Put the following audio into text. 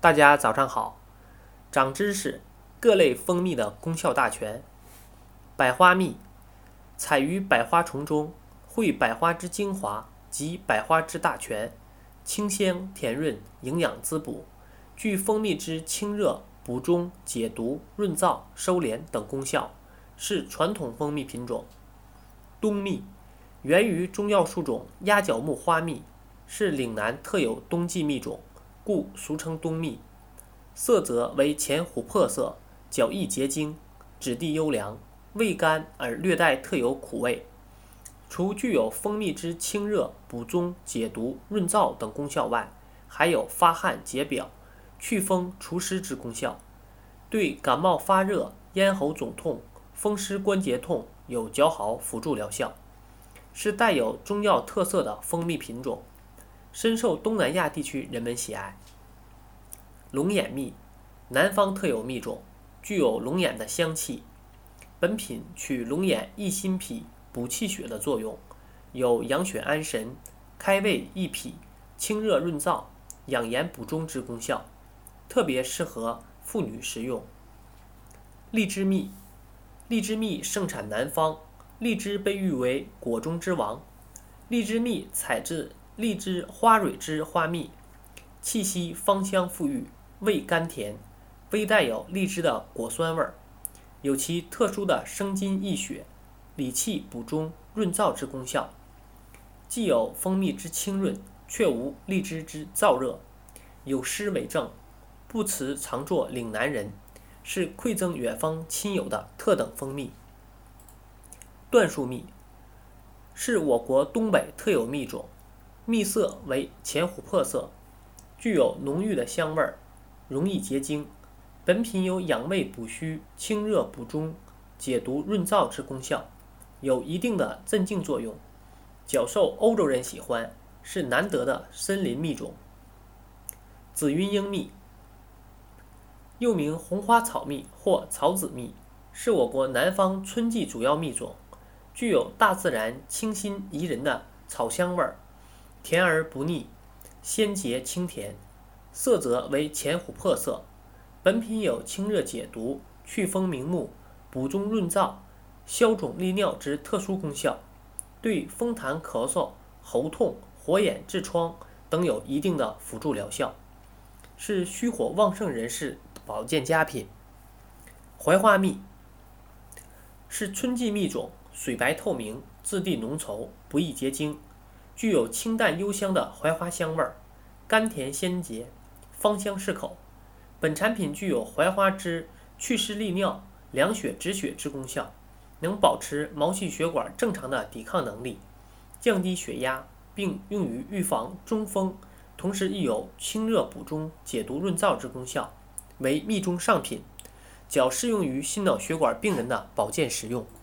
大家早上好，长知识：各类蜂蜜的功效大全。百花蜜采于百花丛中，汇百花之精华及百花之大全，清香甜润，营养滋补，具蜂蜜之清热、补中、解毒、润燥、收敛等功效，是传统蜂蜜品种。冬蜜源于中药树种鸭脚木花蜜，是岭南特有冬季蜜种，故俗称冬蜜。色泽为浅琥珀色，较易结晶，质地优良，味甘而略带特有苦味。除具有蜂蜜之清热、补中、解毒、润燥等功效外，还有发汗解表、祛风除湿之功效，对感冒发热、咽喉肿痛、风湿关节痛有较好辅助疗效，是带有中药特色的蜂蜜品种，深受东南亚地区人们喜爱。龙眼蜜，南方特有蜜种，具有龙眼的香气。本品取龙眼益心脾、补气血的作用，有养血安神、开胃益脾、清热润燥、养颜补中之功效，特别适合妇女食用。荔枝蜜，荔枝蜜盛产南方，荔枝被誉为果中之王。荔枝蜜采自荔枝花蕊之花蜜，气息芳香馥郁，味甘甜，微带有荔枝的果酸味儿，有其特殊的生津益血、理气补中、润燥之功效。既有蜂蜜之清润，却无荔枝之燥热，有诗为证：不辞常作岭南人，是馈赠远方亲友的特等蜂蜜。椴树蜜是我国东北特有蜜种，蜜色为浅琥珀色，具有浓郁的香味儿，容易结晶。本品有养胃补虚、清热补中、解毒润燥之功效，有一定的镇静作用，较受欧洲人喜欢，是难得的森林蜜种。紫云英蜜又名红花草蜜或草籽蜜，是我国南方春季主要蜜种，具有大自然清新宜人的草香味儿，甜而不腻，鲜洁清甜，色泽为浅琥珀色。本品有清热解毒、祛风明目、补中润燥、消肿利尿之特殊功效，对风痰咳嗽、喉痛、火眼痔疮等有一定的辅助疗效，是虚火旺盛人士保健佳品。槐花蜜是春季蜜种，水白透明，质地浓稠，不易结晶，具有清淡幽香的槐花香味儿，甘甜鲜洁，芳香适口。本产品具有槐花之祛湿利尿、凉血止血之功效，能保持毛细血管正常的抵抗能力，降低血压，并用于预防中风，同时亦有清热补中、解毒润燥之功效，为蜜中上品，较适用于心脑血管病人的保健食用。